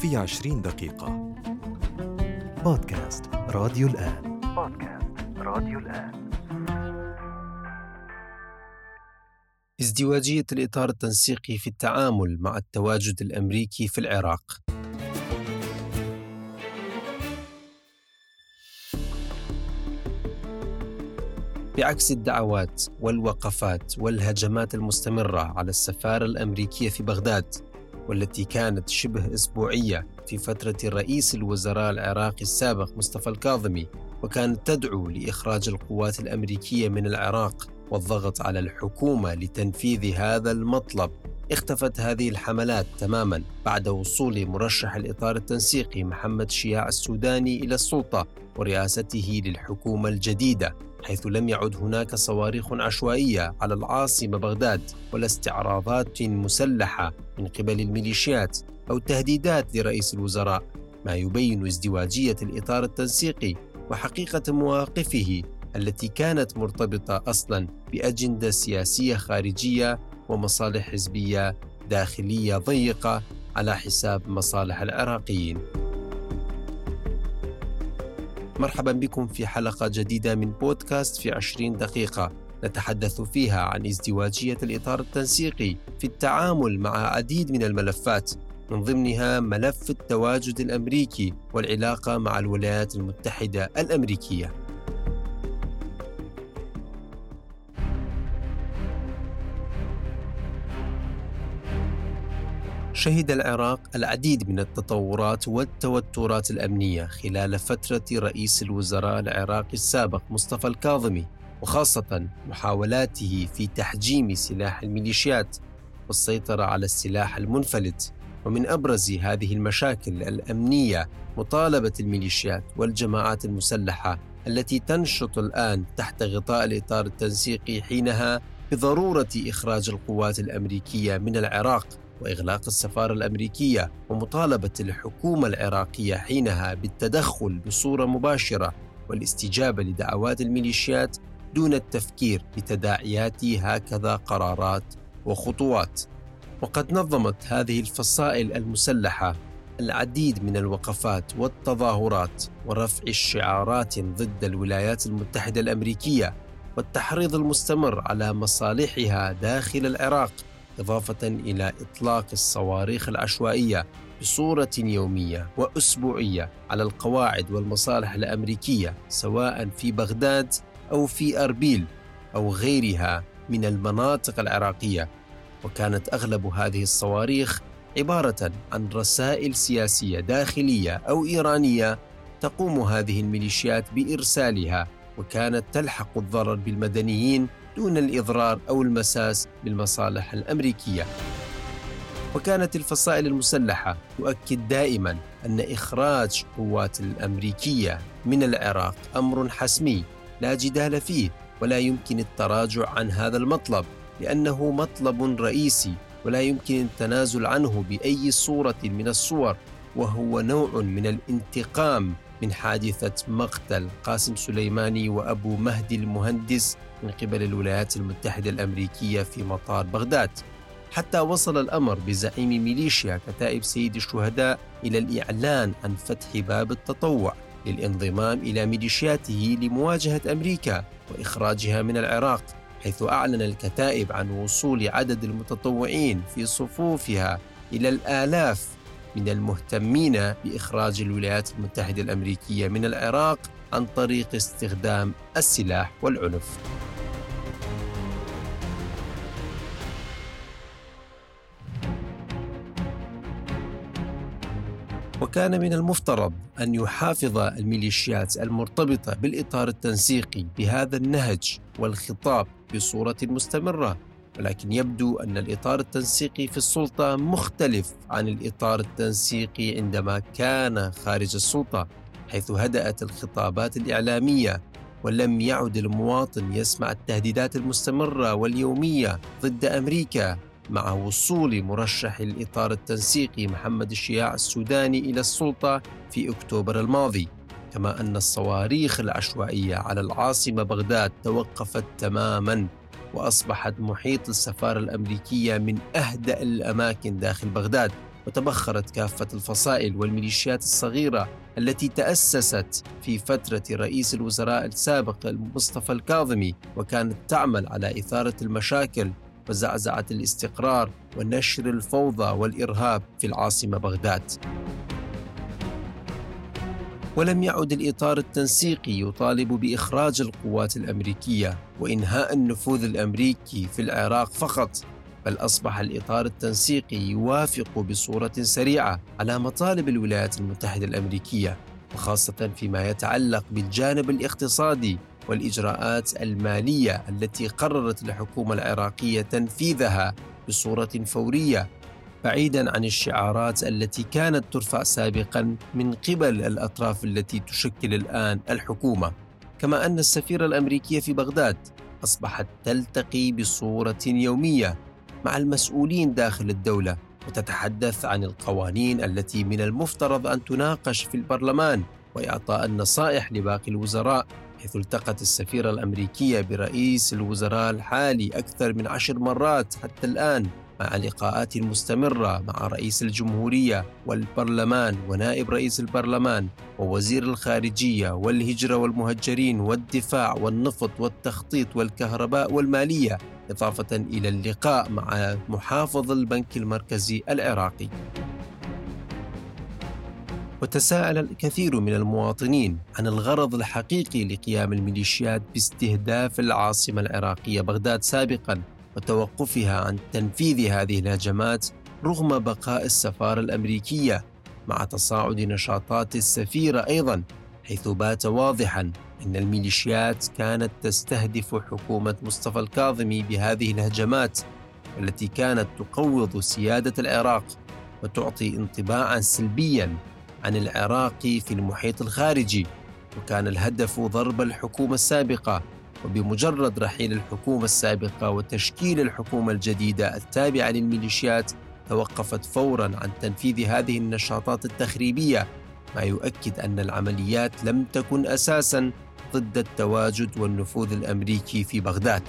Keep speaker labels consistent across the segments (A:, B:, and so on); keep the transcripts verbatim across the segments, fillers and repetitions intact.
A: في عشرين دقيقة. بودكاست راديو الآن.
B: بودكاست راديو الآن.
C: ازدواجية الإطار التنسيقي في التعامل مع التواجد الأمريكي في العراق. بعكس الدعوات والوقفات والهجمات المستمرة على السفارة الأمريكية في بغداد، والتي كانت شبه أسبوعية في فترة رئيس الوزراء العراقي السابق مصطفى الكاظمي، وكانت تدعو لإخراج القوات الأمريكية من العراق والضغط على الحكومة لتنفيذ هذا المطلب، اختفت هذه الحملات تماماً بعد وصول مرشح الإطار التنسيقي محمد شياع السوداني إلى السلطة ورئاسته للحكومة الجديدة، حيث لم يعد هناك صواريخ عشوائية على العاصمة بغداد ولا استعراضات مسلحة من قبل الميليشيات أو تهديدات لرئيس الوزراء، ما يبين ازدواجية الإطار التنسيقي وحقيقة مواقفه التي كانت مرتبطة أصلاً بأجندة سياسية خارجية ومصالح حزبية داخلية ضيقة على حساب مصالح العراقيين. مرحبا بكم في حلقة جديدة من بودكاست في عشرين دقيقة، نتحدث فيها عن ازدواجية الإطار التنسيقي في التعامل مع عديد من الملفات، من ضمنها ملف التواجد الأمريكي والعلاقة مع الولايات المتحدة الأمريكية. شهد العراق العديد من التطورات والتوترات الأمنية خلال فترة رئيس الوزراء العراقي السابق مصطفى الكاظمي، وخاصة محاولاته في تحجيم سلاح الميليشيات والسيطرة على السلاح المنفلت. ومن أبرز هذه المشاكل الأمنية مطالبة الميليشيات والجماعات المسلحة التي تنشط الآن تحت غطاء الإطار التنسيقي حينها بضرورة إخراج القوات الأمريكية من العراق وإغلاق السفارة الأمريكية، ومطالبة الحكومة العراقية حينها بالتدخل بصورة مباشرة والاستجابة لدعوات الميليشيات دون التفكير بتداعيات هكذا قرارات وخطوات. وقد نظمت هذه الفصائل المسلحة العديد من الوقفات والتظاهرات ورفع الشعارات ضد الولايات المتحدة الأمريكية والتحريض المستمر على مصالحها داخل العراق، إضافة إلى إطلاق الصواريخ العشوائية بصورة يومية وأسبوعية على القواعد والمصالح الأمريكية سواء في بغداد أو في أربيل أو غيرها من المناطق العراقية. وكانت أغلب هذه الصواريخ عبارة عن رسائل سياسية داخلية أو إيرانية تقوم هذه الميليشيات بإرسالها، وكانت تلحق الضرر بالمدنيين دون الإضرار أو المساس بالمصالح الأمريكية. وكانت الفصائل المسلحة تؤكد دائما أن إخراج قوات الأمريكية من العراق أمر حسمي لا جدال فيه، ولا يمكن التراجع عن هذا المطلب لأنه مطلب رئيسي ولا يمكن التنازل عنه بأي صورة من الصور، وهو نوع من الانتقام من حادثة مقتل قاسم سليماني وأبو مهدي المهندس من قبل الولايات المتحدة الأمريكية في مطار بغداد، حتى وصل الأمر بزعيم ميليشيا كتائب سيد الشهداء إلى الإعلان عن فتح باب التطوع للانضمام إلى ميليشياته لمواجهة أمريكا وإخراجها من العراق، حيث أعلن الكتائب عن وصول عدد المتطوعين في صفوفها إلى الآلاف من المهتمين بإخراج الولايات المتحدة الأمريكية من العراق عن طريق استخدام السلاح والعنف. وكان من المفترض أن يحافظ الميليشيات المرتبطة بالإطار التنسيقي بهذا النهج والخطاب بصورة مستمرة، ولكن يبدو أن الإطار التنسيقي في السلطة مختلف عن الإطار التنسيقي عندما كان خارج السلطة، حيث هدأت الخطابات الإعلامية ولم يعد المواطن يسمع التهديدات المستمرة واليومية ضد أمريكا مع وصول مرشح الإطار التنسيقي محمد شياع السوداني إلى السلطة في أكتوبر الماضي، كما أن الصواريخ العشوائية على العاصمة بغداد توقفت تماماً وأصبحت محيط السفارة الأمريكية من أهدأ الأماكن داخل بغداد، وتبخرت كافة الفصائل والميليشيات الصغيرة التي تأسست في فترة رئيس الوزراء السابق مصطفى الكاظمي، وكانت تعمل على إثارة المشاكل وزعزعة الاستقرار ونشر الفوضى والإرهاب في العاصمة بغداد. ولم يعد الإطار التنسيقي يطالب بإخراج القوات الأمريكية وإنهاء النفوذ الأمريكي في العراق فقط، بل أصبح الإطار التنسيقي يوافق بصورة سريعة على مطالب الولايات المتحدة الأمريكية، وخاصة فيما يتعلق بالجانب الاقتصادي والإجراءات المالية التي قررت الحكومة العراقية تنفيذها بصورة فورية، بعيداً عن الشعارات التي كانت ترفع سابقاً من قبل الأطراف التي تشكل الآن الحكومة. كما أن السفيرة الأمريكية في بغداد أصبحت تلتقي بصورة يومية مع المسؤولين داخل الدولة، وتتحدث عن القوانين التي من المفترض أن تناقش في البرلمان وإعطاء النصائح لباقي الوزراء، حيث التقت السفيرة الأمريكية برئيس الوزراء الحالي أكثر من عشر مرات حتى الآن، مع لقاءات مستمرة مع رئيس الجمهورية والبرلمان ونائب رئيس البرلمان ووزير الخارجية والهجرة والمهجرين والدفاع والنفط والتخطيط والكهرباء والمالية، إضافة إلى اللقاء مع محافظ البنك المركزي العراقي. وتساءل الكثير من المواطنين عن الغرض الحقيقي لقيام الميليشيات باستهداف العاصمة العراقية بغداد سابقاً وتوقفها عن تنفيذ هذه الهجمات رغم بقاء السفارة الأمريكية، مع تصاعد نشاطات السفيرة أيضاً، حيث بات واضحاً أن الميليشيات كانت تستهدف حكومة مصطفى الكاظمي بهذه الهجمات التي كانت تقوض سيادة العراق وتعطي انطباعاً سلبياً عن العراق في المحيط الخارجي، وكان الهدف ضرب الحكومة السابقة. وبمجرد رحيل الحكومة السابقة وتشكيل الحكومة الجديدة التابعة للميليشيات، توقفت فوراً عن تنفيذ هذه النشاطات التخريبية، ما يؤكد أن العمليات لم تكن أساساً ضد التواجد والنفوذ الأمريكي في بغداد.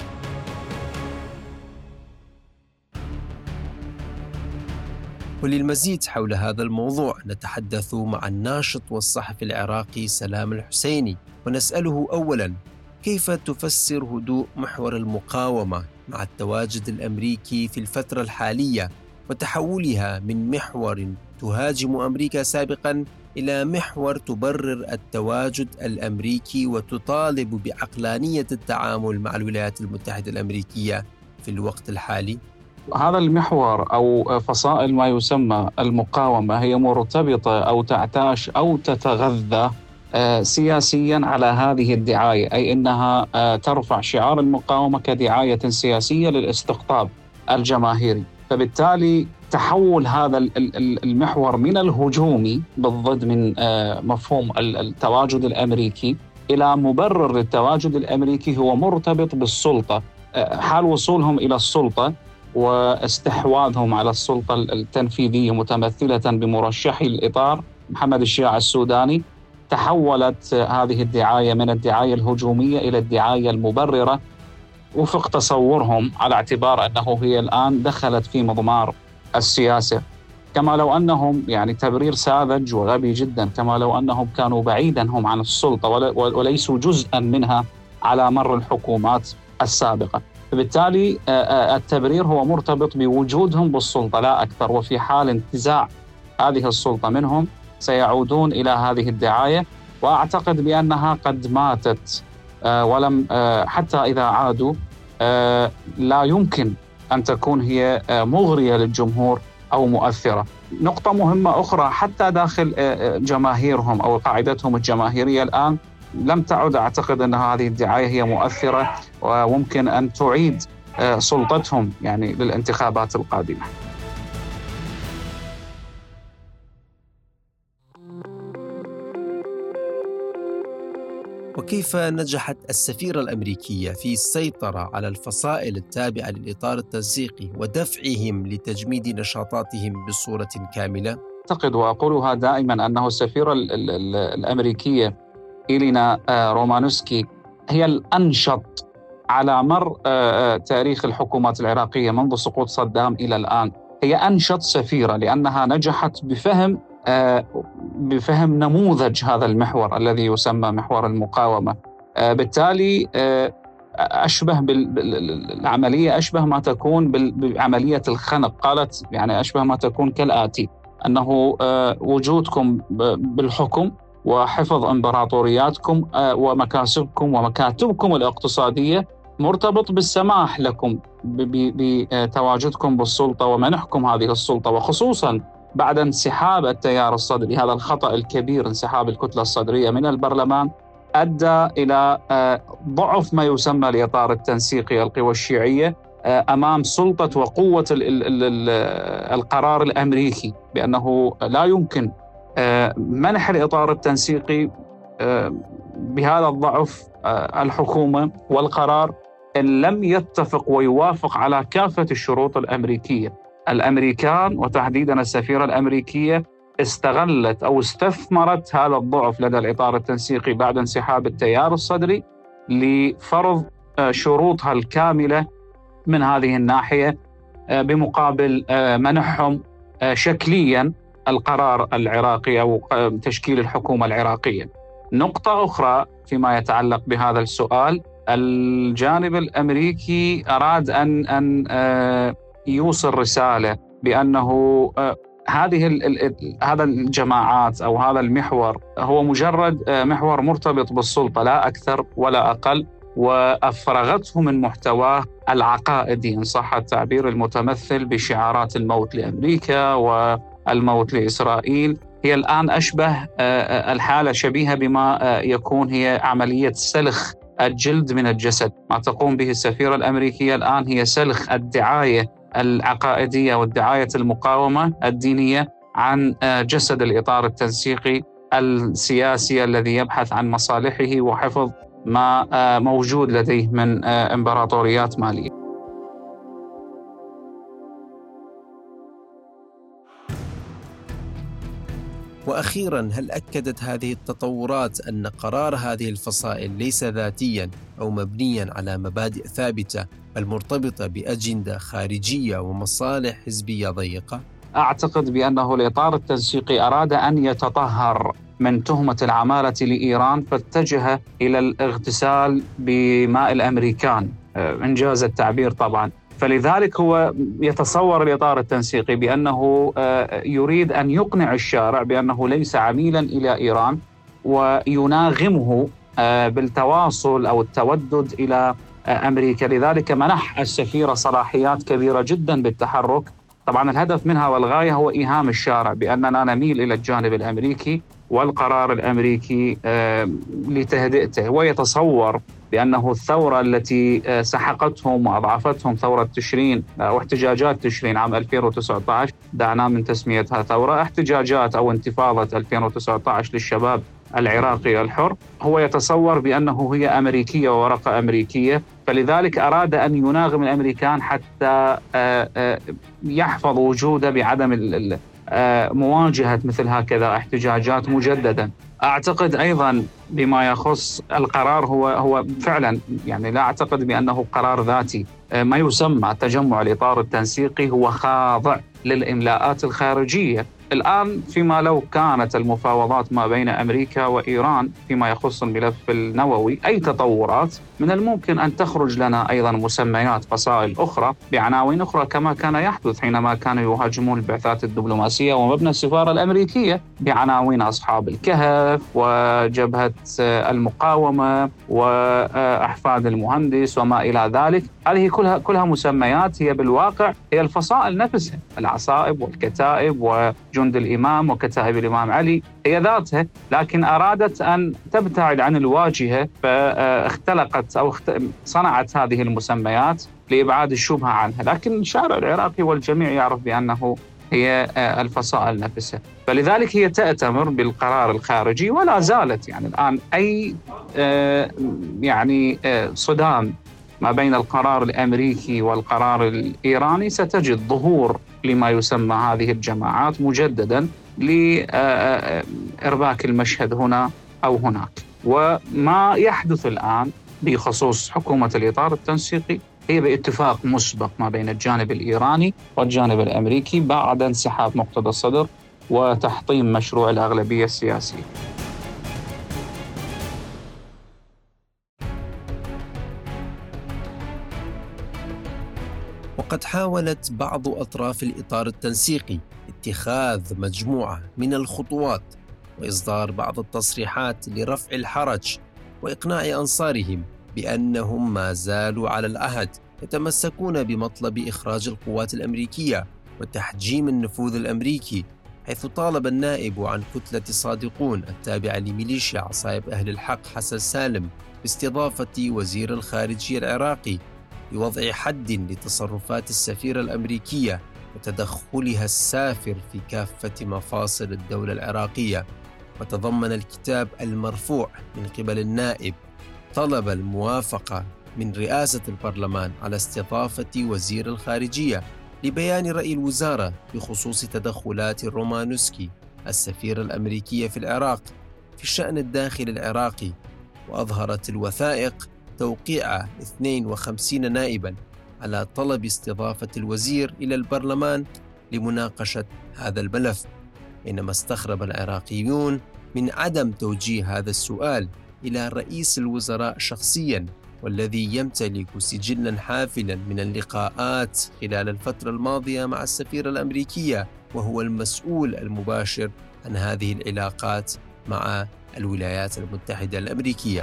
C: وللمزيد حول هذا الموضوع نتحدث مع الناشط والصحفي العراقي سلام الحسيني، ونسأله أولاً: كيف تفسر هدوء محور المقاومة مع التواجد الأمريكي في الفترة الحالية وتحولها من محور تهاجم أمريكا سابقاً إلى محور تبرر التواجد الأمريكي وتطالب بعقلانية التعامل مع الولايات المتحدة الأمريكية في الوقت الحالي؟
D: هذا المحور أو فصائل ما يسمى المقاومة هي مرتبطة أو تعتاش أو تتغذى سياسياً على هذه الدعاية، أي أنها ترفع شعار المقاومة كدعاية سياسية للاستقطاب الجماهيري. فبالتالي تحول هذا المحور من الهجومي بالضد من مفهوم التواجد الأمريكي إلى مبرر للتواجد الأمريكي هو مرتبط بالسلطة، حال وصولهم إلى السلطة واستحواذهم على السلطة التنفيذية متمثلة بمرشحي الإطار محمد الشياع السوداني. تحولت هذه الدعاية من الدعاية الهجومية إلى الدعاية المبررة وفق تصورهم، على اعتبار أنه هي الآن دخلت في مضمار السياسة، كما لو أنهم يعني تبرير ساذج وغبي جدا، كما لو أنهم كانوا بعيدا هم عن السلطة وليسوا جزءا منها على مر الحكومات السابقة. فبالتالي التبرير هو مرتبط بوجودهم بالسلطة لا أكثر، وفي حال انتزاع هذه السلطة منهم سيعودون إلى هذه الدعاية، وأعتقد بأنها قد ماتت ولم حتى إذا عادوا لا يمكن أن تكون هي مغرية للجمهور أو مؤثرة. نقطة مهمة أخرى، حتى داخل جماهيرهم أو قاعدتهم الجماهيرية الآن لم تعد أعتقد أن هذه الدعاية هي مؤثرة وممكن أن تعيد سلطتهم يعني للانتخابات القادمة.
C: وكيف نجحت السفيرة الأمريكية في السيطرة على الفصائل التابعة للإطار التنسيقي ودفعهم لتجميد نشاطاتهم بصورة كاملة؟
D: أعتقد وأقولها دائما أنه السفيرة الأمريكية إلينا رومانوسكي هي الأنشط على مر تاريخ الحكومات العراقية منذ سقوط صدام إلى الآن. هي أنشط سفيرة لأنها نجحت بفهم بفهم نموذج هذا المحور الذي يسمى محور المقاومة. بالتالي أشبه بالعملية أشبه ما تكون بعملية الخنق. قالت يعني أشبه ما تكون كالآتي: أنه وجودكم بالحكم وحفظ إمبراطورياتكم ومكاسبكم ومكاتبكم الاقتصادية مرتبط بالسماح لكم بتواجدكم بالسلطة ومنحكم هذه السلطة، وخصوصاً بعد انسحاب التيار الصدري. هذا الخطأ الكبير، انسحاب الكتلة الصدرية من البرلمان، أدى إلى ضعف ما يسمى الإطار التنسيقي القوى الشيعية أمام سلطة وقوة القرار الأمريكي، بأنه لا يمكن منح الإطار التنسيقي بهذا الضعف الحكومة والقرار إن لم يتفق ويوافق على كافة الشروط الأمريكية. الأمريكان وتحديداً السفيرة الأمريكية استغلت أو استثمرت هذا الضعف لدى الإطار التنسيقي بعد انسحاب التيار الصدري لفرض شروطها الكاملة من هذه الناحية بمقابل منحهم شكلياً القرار العراقي أو تشكيل الحكومة العراقية. نقطة أخرى فيما يتعلق بهذا السؤال: الجانب الأمريكي أراد أن أن يوصل رسالة بأنه هذه هذا الجماعات أو هذا المحور هو مجرد محور مرتبط بالسلطة لا أكثر ولا أقل، وأفرغته من محتواه العقائدي إن صح التعبير، المتمثل بشعارات الموت لأمريكا والموت لإسرائيل. هي الآن أشبه الحالة شبيهة بما يكون هي عملية سلخ الجلد من الجسد. ما تقوم به السفيرة الأمريكية الآن هي سلخ الدعاية العقائدية والدعاية المقاومة الدينية عن جسد الإطار التنسيقي السياسي الذي يبحث عن مصالحه وحفظ ما موجود لديه من إمبراطوريات مالية.
C: وأخيراً، هل أكدت هذه التطورات أن قرار هذه الفصائل ليس ذاتياً أو مبنياً على مبادئ ثابتة بل مرتبطة بأجندة خارجية ومصالح حزبية ضيقة؟
D: أعتقد بأنه الإطار التنسيقي أراد أن يتطهر من تهمة العمالة لإيران، فاتجه إلى الاغتسال بماء الأمريكان إنجاز التعبير طبعاً. فلذلك هو يتصور الإطار التنسيقي بأنه يريد أن يقنع الشارع بأنه ليس عميلاً إلى إيران، ويناغمه بالتواصل أو التودد إلى أمريكا. لذلك منح السفيرة صلاحيات كبيرة جداً بالتحرك. طبعاً الهدف منها والغاية هو إيهام الشارع بأننا نميل إلى الجانب الأمريكي والقرار الأمريكي لتهدئته، ويتصور بأنه الثورة التي سحقتهم وأضعفتهم ثورة تشرين أو احتجاجات تشرين عام ألفين وتسعة عشر، دعنا من تسميتها ثورة، احتجاجات أو انتفاضة ألفين وتسعة عشر للشباب العراقي الحر، هو يتصور بأنه هي أمريكية وورقة أمريكية. فلذلك أراد أن يناغم الأمريكان حتى يحفظ وجوده بعدم مواجهة مثل هكذا احتجاجات مجددا. أعتقد أيضا بما يخص القرار هو هو فعلا يعني لا أعتقد بأنه قرار ذاتي. ما يسمى تجمع الإطار التنسيقي هو خاضع للإملاءات الخارجية. الآن فيما لو كانت المفاوضات ما بين أمريكا وإيران فيما يخص الملف النووي أي تطورات، من الممكن أن تخرج لنا أيضا مسميات فصائل أخرى بعناوين أخرى كما كان يحدث حينما كانوا يهاجمون البعثات الدبلوماسية ومبنى السفارة الأمريكية بعناوين أصحاب الكهف وجبهة المقاومة وأحفاد المهندس وما إلى ذلك. هذه كلها كلها مسميات هي بالواقع هي الفصائل نفسها، العصائب والكتائب وجند الإمام وكتائب الإمام علي هي ذاتها، لكن أرادت أن تبتعد عن الواجهة فاختلقت أو صنعت هذه المسميات لإبعاد الشبهة عنها. لكن الشارع العراقي والجميع يعرف بأنه هي الفصائل نفسها، فلذلك هي تأتمر بالقرار الخارجي. ولا زالت يعني الآن أي يعني صدام ما بين القرار الأمريكي والقرار الإيراني ستجد ظهور لما يسمى هذه الجماعات مجددا لإرباك المشهد هنا أو هناك. وما يحدث الآن بخصوص حكومة الإطار التنسيقي هي باتفاق مسبق ما بين الجانب الإيراني والجانب الأمريكي بعد انسحاب مقتدى الصدر وتحطيم مشروع الأغلبية السياسية.
C: وقد حاولت بعض أطراف الإطار التنسيقي اتخاذ مجموعة من الخطوات وإصدار بعض التصريحات لرفع الحرج وإقناع أنصارهم بأنهم ما زالوا على العهد، يتمسكون بمطلب إخراج القوات الأمريكية وتحجيم النفوذ الأمريكي، حيث طالب النائب عن كتلة صادقون التابعة لميليشيا عصائب أهل الحق حسن سالم باستضافة وزير الخارجية العراقي بوضع حد لتصرفات السفيرة الأمريكية وتدخلها السافر في كافة مفاصل الدولة العراقية. وتضمن الكتاب المرفوع من قبل النائب طلب الموافقة من رئاسة البرلمان على استضافة وزير الخارجية لبيان رأي الوزارة بخصوص تدخلات رومانوسكي السفيرة الأمريكية في العراق في الشأن الداخلي العراقي. وأظهرت الوثائق توقيع اثنين وخمسين نائباً على طلب استضافة الوزير إلى البرلمان لمناقشة هذا الملف، بينما استغرب العراقيون من عدم توجيه هذا السؤال إلى رئيس الوزراء شخصياً، والذي يمتلك سجلاً حافلاً من اللقاءات خلال الفترة الماضية مع السفيرة الأمريكية، وهو المسؤول المباشر عن هذه العلاقات مع الولايات المتحدة الأمريكية.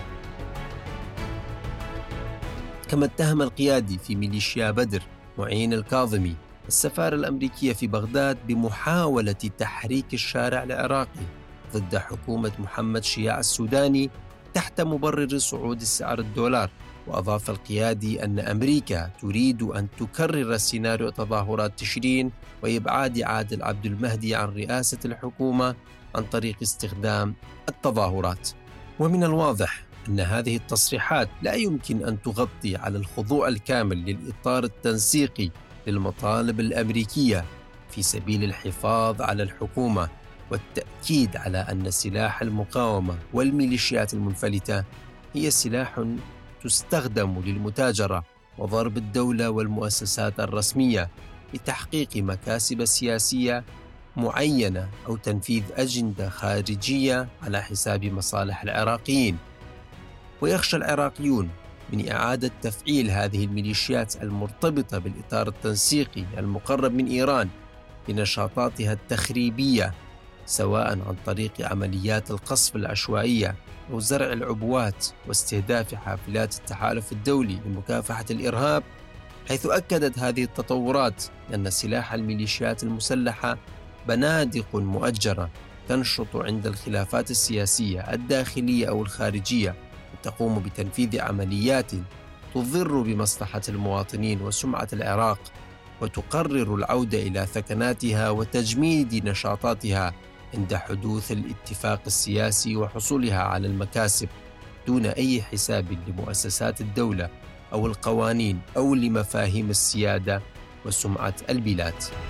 C: كما اتهم القيادي في ميليشيا بدر معين الكاظمي السفارة الأمريكية في بغداد بمحاولة تحريك الشارع العراقي ضد حكومة محمد شياع السوداني تحت مبرر صعود سعر الدولار. وأضاف القيادي أن أمريكا تريد أن تكرر سيناريو تظاهرات تشرين وإبعاد عادل عبد المهدي عن رئاسة الحكومة عن طريق استخدام التظاهرات. ومن الواضح أن هذه التصريحات لا يمكن أن تغطي على الخضوع الكامل للإطار التنسيقي للمطالب الأمريكية في سبيل الحفاظ على الحكومة والتأكيد على أن سلاح المقاومة والميليشيات المنفلتة هي سلاح تستخدم للمتاجرة وضرب الدولة والمؤسسات الرسمية لتحقيق مكاسب سياسية معينة أو تنفيذ أجندة خارجية على حساب مصالح العراقيين. ويخشى العراقيون من إعادة تفعيل هذه الميليشيات المرتبطة بالإطار التنسيقي المقرب من إيران بنشاطاتها التخريبية، سواء عن طريق عمليات القصف العشوائية أو زرع العبوات واستهداف حافلات التحالف الدولي لمكافحة الإرهاب، حيث أكدت هذه التطورات أن سلاح الميليشيات المسلحة بنادق مؤجرة تنشط عند الخلافات السياسية الداخلية أو الخارجية، وتقوم بتنفيذ عمليات تضر بمصلحة المواطنين وسمعة العراق، وتقرر العودة إلى ثكناتها وتجميد نشاطاتها عند حدوث الاتفاق السياسي وحصولها على المكاسب، دون أي حساب لمؤسسات الدولة أو القوانين أو لمفاهيم السيادة وسمعة البلاد.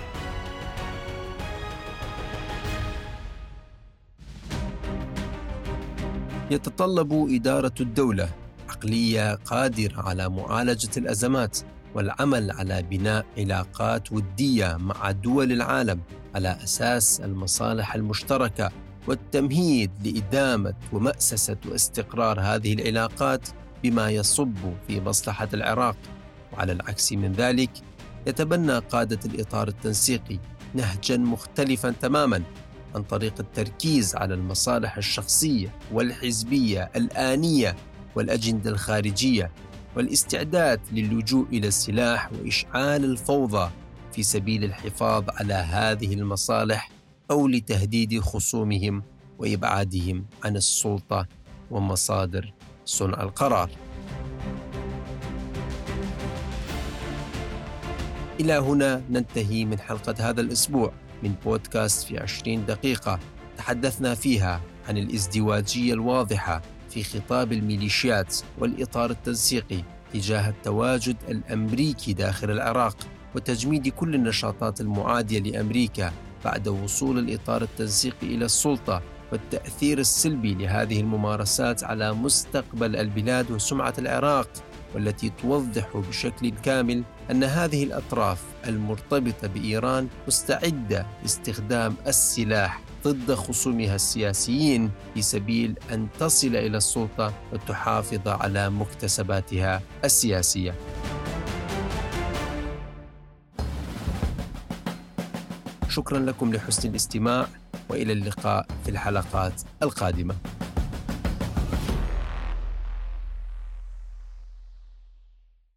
C: يتطلب إدارة الدولة عقلية قادرة على معالجة الأزمات والعمل على بناء علاقات ودية مع دول العالم على أساس المصالح المشتركة، والتمهيد لإدامة ومأسسة واستقرار هذه العلاقات بما يصب في مصلحة العراق. وعلى العكس من ذلك، يتبنى قادة الإطار التنسيقي نهجاً مختلفاً تماماً عن طريق التركيز على المصالح الشخصية والحزبية الآنية والأجندة الخارجية، والاستعداد للجوء إلى السلاح وإشعال الفوضى في سبيل الحفاظ على هذه المصالح أو لتهديد خصومهم وإبعادهم عن السلطة ومصادر صنع القرار. إلى هنا ننتهي من حلقة هذا الأسبوع من بودكاست في عشرين دقيقة، تحدثنا فيها عن الازدواجية الواضحة في خطاب الميليشيات والإطار التنسيقي تجاه التواجد الأمريكي داخل العراق، وتجميد كل النشاطات المعادية لأمريكا بعد وصول الإطار التنسيقي إلى السلطة، والتأثير السلبي لهذه الممارسات على مستقبل البلاد وسمعة العراق والتي توضح بشكل كامل أن هذه الأطراف المرتبطة بإيران مستعدة لاستخدام السلاح ضد خصومها السياسيين في سبيل أن تصل إلى السلطة وتحافظ على مكتسباتها السياسية. شكرا لكم لحسن الاستماع، وإلى اللقاء في الحلقات القادمة.